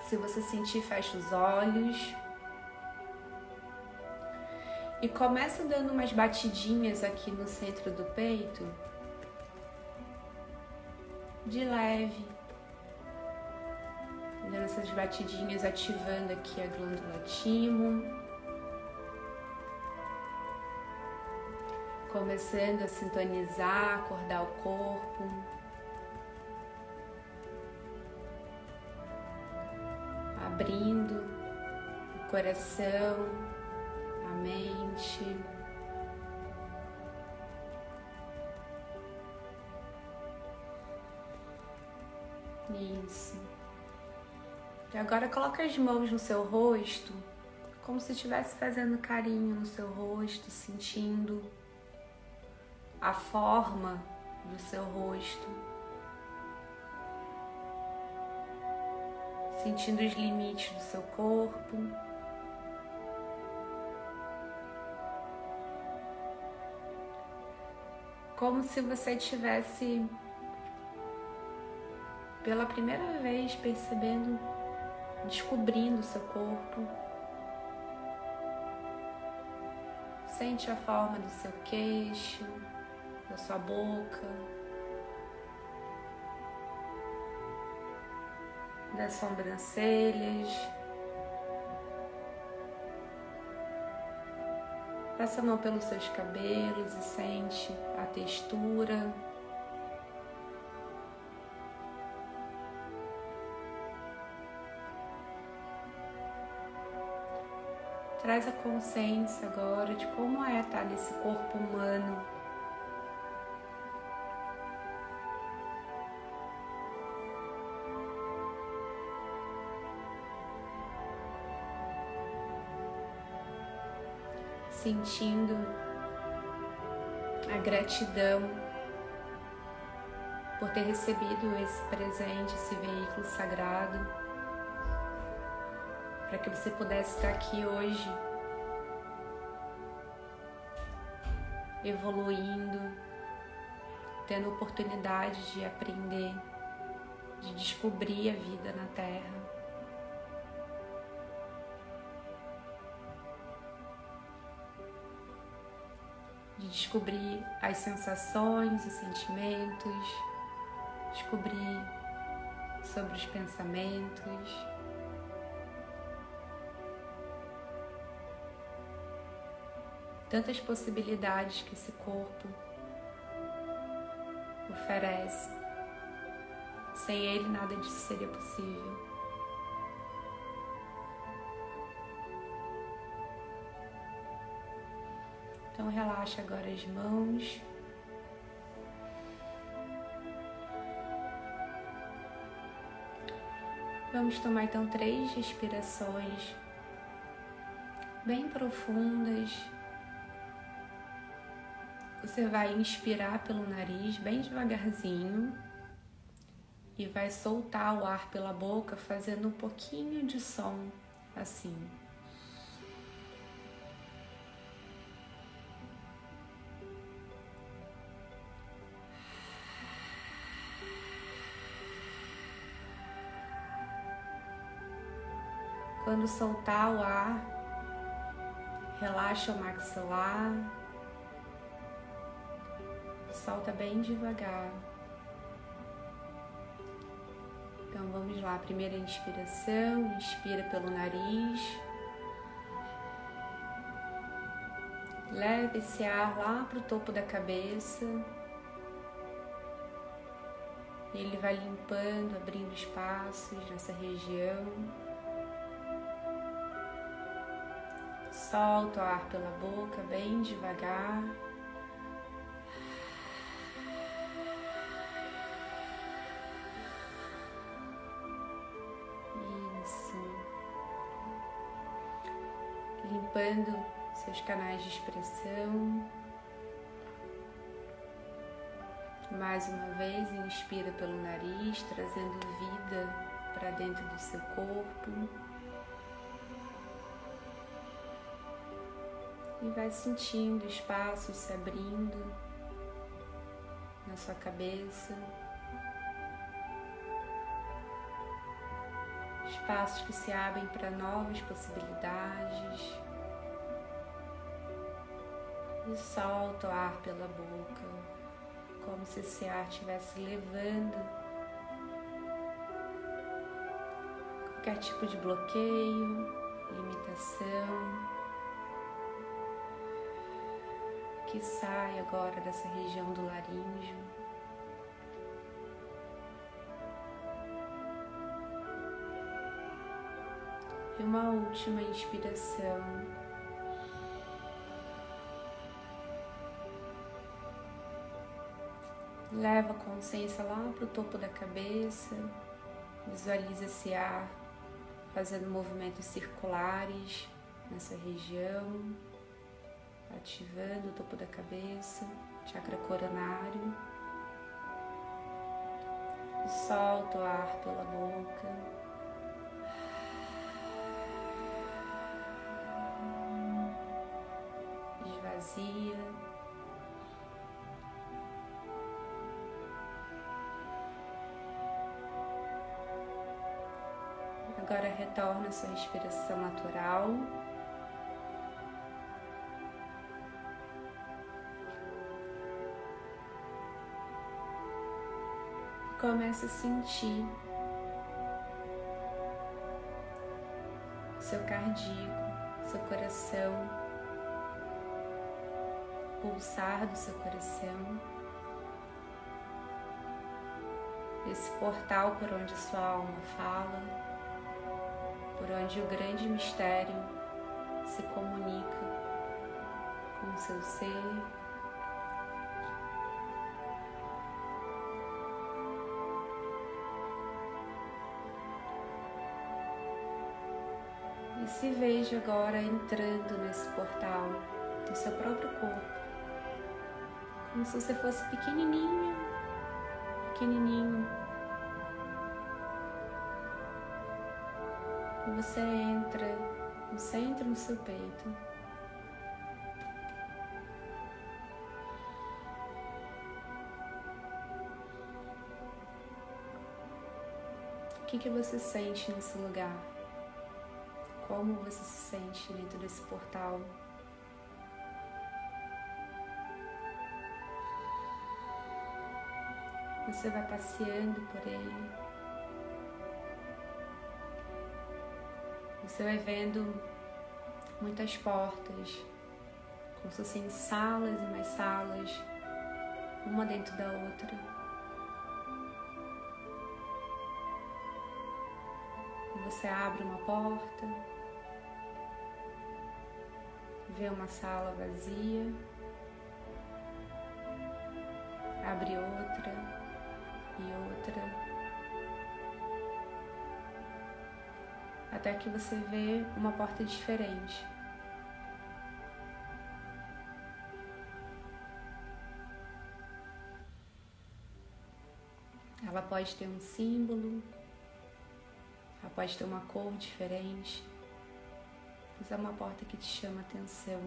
Se você sentir, fecha os olhos. E começa dando umas batidinhas aqui no centro do peito. De leve. Dando essas batidinhas, ativando aqui a glândula timo. Começando a sintonizar, acordar o corpo. Abrindo o coração, a mente. Isso. E agora coloca as mãos no seu rosto, como se estivesse fazendo carinho no seu rosto, sentindo a forma do seu rosto, sentindo os limites do seu corpo. Como se você estivesse pela primeira vez percebendo, descobrindo o seu corpo. Sente a forma do seu queixo, da sua boca, das sobrancelhas. Passa a mão pelos seus cabelos e sente a textura. Traz a consciência agora de como é estar nesse corpo humano. Sentindo a gratidão por ter recebido esse presente, esse veículo sagrado, para que você pudesse estar aqui hoje, evoluindo, tendo oportunidade de aprender, de descobrir a vida na Terra. De descobrir as sensações e sentimentos, descobrir sobre os pensamentos. Tantas possibilidades que esse corpo oferece. Sem ele, nada disso seria possível. Então relaxa agora as mãos. Vamos tomar então 3 respirações bem profundas. Você vai inspirar pelo nariz bem devagarzinho e vai soltar o ar pela boca fazendo um pouquinho de som assim. Quando soltar o ar, relaxa o maxilar, solta bem devagar. Então vamos lá, primeira inspiração, inspira pelo nariz. Leva esse ar lá para o topo da cabeça. Ele vai limpando, abrindo espaços nessa região. Solta o ar pela boca bem devagar. Isso. Limpando seus canais de expressão. Mais uma vez, inspira pelo nariz, trazendo vida para dentro do seu corpo. E vai sentindo espaços se abrindo na sua cabeça, espaços que se abrem para novas possibilidades. E solta o ar pela boca, como se esse ar estivesse levando qualquer tipo de bloqueio, limitação, que sai agora dessa região do laríngeo. E uma última inspiração. Leva a consciência lá para o topo da cabeça, visualiza esse ar fazendo movimentos circulares nessa região, ativando o topo da cabeça, chakra coronário. E solta o ar pela boca. Esvazia. Agora retorna a sua respiração natural. Começa a sentir seu cardíaco, seu coração, pulsar do seu coração, esse portal por onde sua alma fala, por onde o grande mistério se comunica com o seu ser. E se veja agora entrando nesse portal, no seu próprio corpo, como se você fosse pequenininho, pequenininho. E você entra no centro do seu peito. O que você sente nesse lugar? Como você se sente dentro desse portal? Você vai passeando por ele. Você vai vendo muitas portas, como se fossem salas e mais salas, uma dentro da outra. E você abre uma porta, vê uma sala vazia, abre outra e outra, até que você vê uma porta diferente. Ela pode ter um símbolo, ela pode ter uma cor diferente, mas é uma porta que te chama a atenção.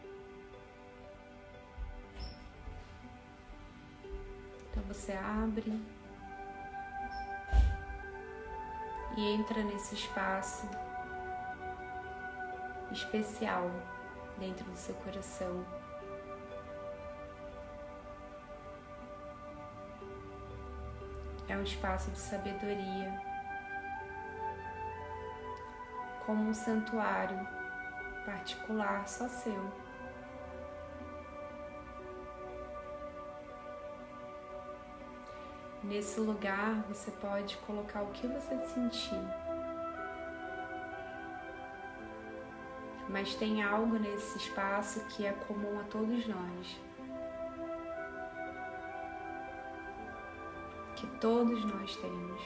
Então você abre e entra nesse espaço especial dentro do seu coração. É um espaço de sabedoria, como um santuário particular só seu. Nesse lugar você pode colocar o que você sentir, mas tem algo nesse espaço que é comum a todos nós, que todos nós temos,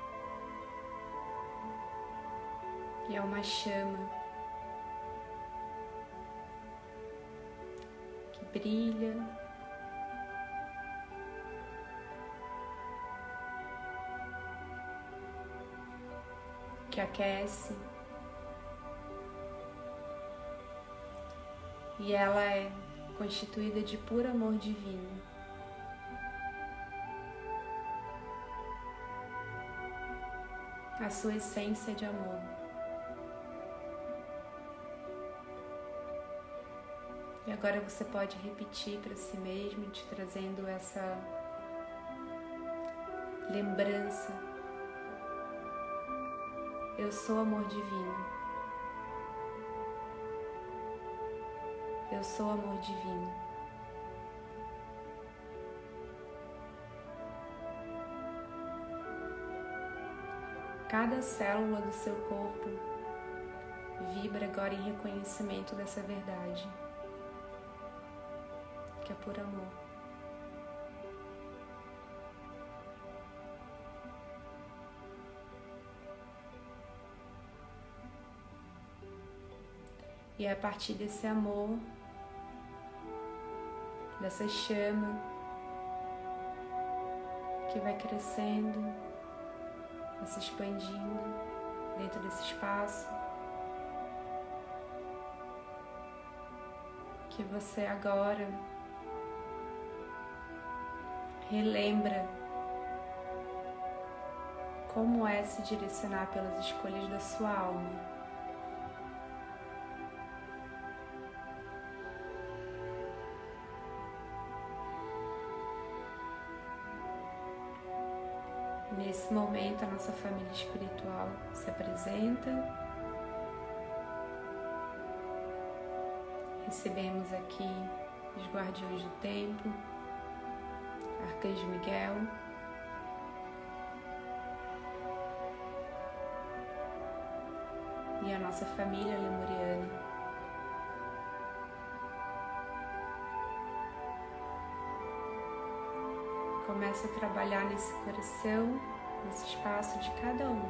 e é uma chama que brilha, que aquece, e ela é constituída de puro amor divino. a sua essência de amor. E agora você pode repetir para si mesmo, te trazendo essa lembrança. Eu sou amor divino. Eu sou amor divino. Cada célula do seu corpo vibra agora em reconhecimento dessa verdade, que é por amor. E é a partir desse amor, dessa chama que vai crescendo, vai se expandindo dentro desse espaço, que você agora relembra como é se direcionar pelas escolhas da sua alma. Nesse momento, a nossa família espiritual se apresenta. Recebemos aqui os guardiões do templo, Arcanjo Miguel, e a nossa família lemuriana. Começa a trabalhar nesse coração, nesse espaço de cada um,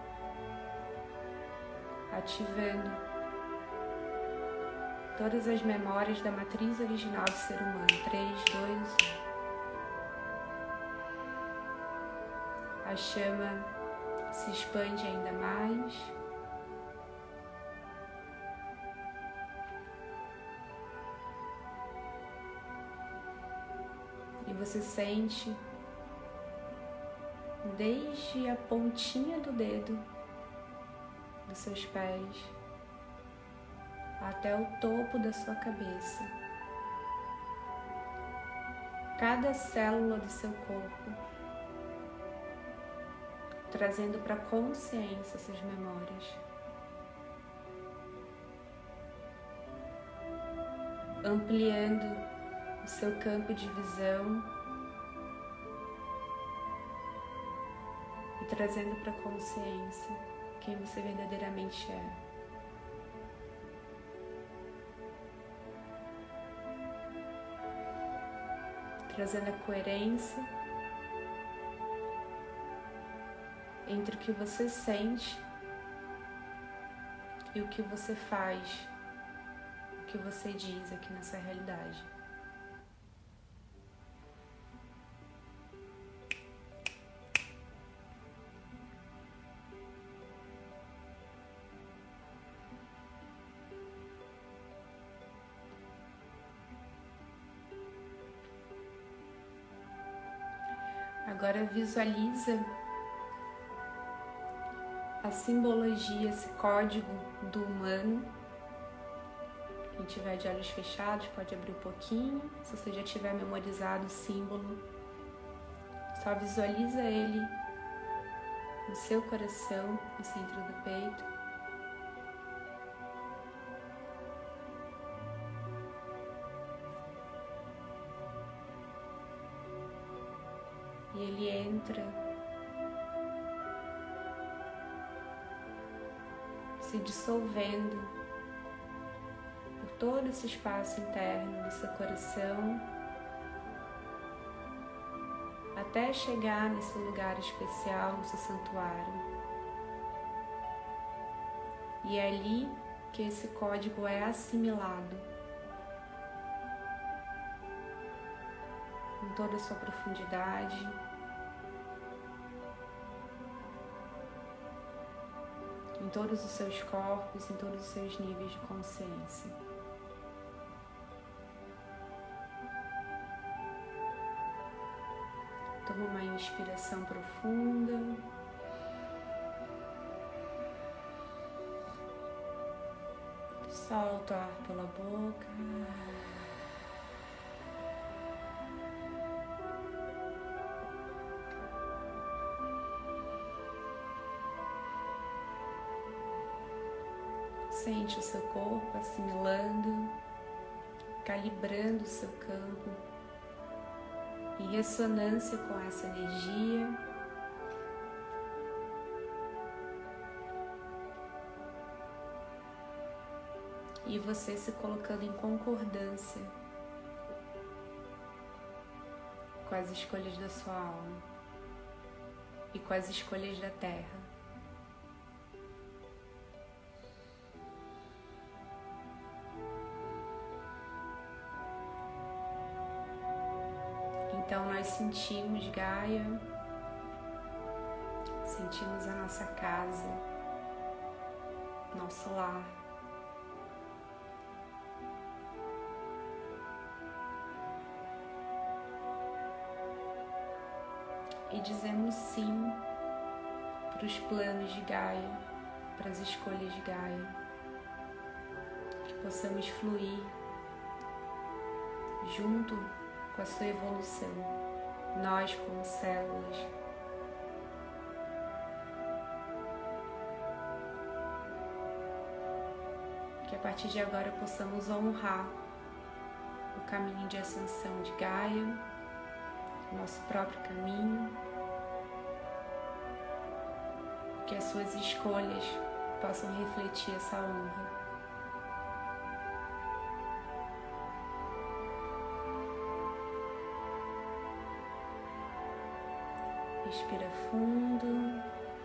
ativando todas as memórias da matriz original do ser humano. 3, 2, 1. A chama se expande ainda mais. E você sente desde a pontinha do dedo dos seus pés até o topo da sua cabeça, cada célula do seu corpo, trazendo para a consciência essas memórias, ampliando o seu campo de visão e trazendo para a consciência quem você verdadeiramente é. Trazendo a coerência entre o que você sente e o que você faz, o que você diz aqui nessa realidade. Agora visualiza a simbologia, esse código do humano. Quem tiver de olhos fechados pode abrir um pouquinho. Se você já tiver memorizado o símbolo, só visualiza ele no seu coração, no centro do peito. E ele entra, se dissolvendo por todo esse espaço interno do seu coração, até chegar nesse lugar especial, no seu santuário. E é ali que esse código é assimilado em toda a sua profundidade, em todos os seus corpos, em todos os seus níveis de consciência. Toma uma inspiração profunda Solta o ar pela boca. Sente o seu corpo assimilando, calibrando o seu campo em ressonância com essa energia. E você se colocando em concordância com as escolhas da sua alma e com as escolhas da Terra. Então nós sentimos Gaia, sentimos a nossa casa, nosso lar. E dizemos sim para os planos de Gaia, para as escolhas de Gaia, que possamos fluir junto com a sua evolução, nós como células. Que a partir de agora possamos honrar o caminho de ascensão de Gaia, nosso próprio caminho, que as suas escolhas possam refletir essa honra. Respira fundo.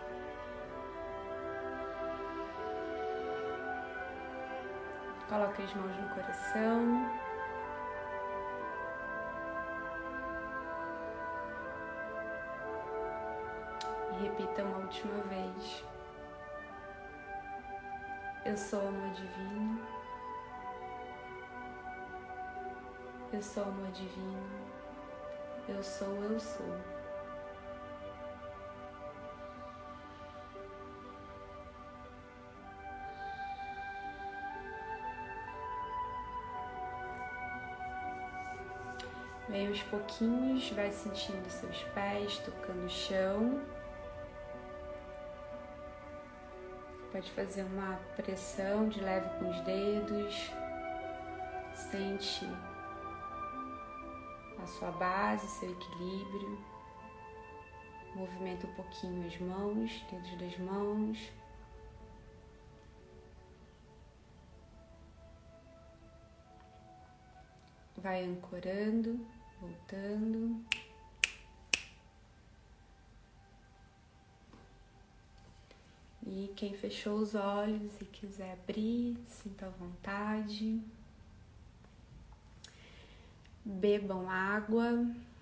Coloca as mãos no coração. Repita uma última vez. Eu sou amor divino. Eu sou amor divino. Eu sou. Vem aos pouquinhos, vai sentindo seus pés tocando o chão. Pode fazer uma pressão de leve com os dedos. Sente a sua base, seu equilíbrio. Movimenta um pouquinho as mãos, dedos das mãos. Vai ancorando, voltando. E quem fechou os olhos e quiser abrir, sinta à vontade. Bebam água.